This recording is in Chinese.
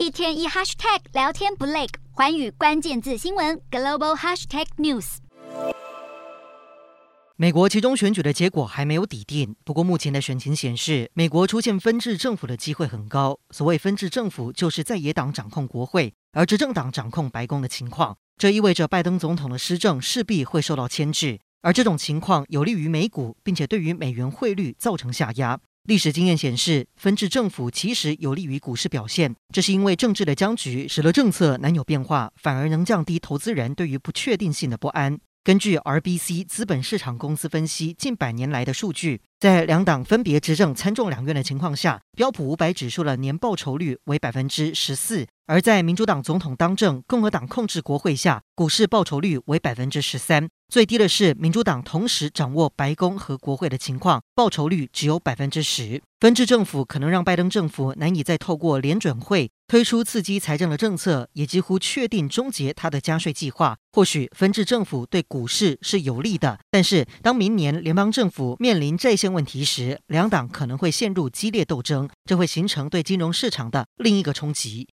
一天一 hashtag 聊天不累，寰宇关键字新闻 global hashtag news。 美国期中选举的结果还没有底定，不过目前的选情显示，美国出现分治政府的机会很高。所谓分治政府，就是在野党掌控国会，而执政党掌控白宫的情况。这意味着拜登总统的施政势必会受到牵制，而这种情况有利于美股，并且对于美元汇率造成下压。历史经验显示，分治政府其实有利于股市表现，这是因为政治的僵局使得政策难有变化，反而能降低投资人对于不确定性的不安。根据 RBC 资本市场公司分析近100年来的数据，在两党分别执政参众两院的情况下，标普500指数的年报酬率为14%，而在民主党总统当政、共和党控制国会下，股市报酬率为13%。最低的是民主党同时掌握白宫和国会的情况，报酬率只有10%。分治政府可能让拜登政府难以再透过联准会推出刺激财政的政策，也几乎确定终结他的加税计划。或许分治政府对股市是有利的，但是当明年联邦政府面临债线问题时，两党可能会陷入激烈斗争，这会形成对金融市场的另一个冲击。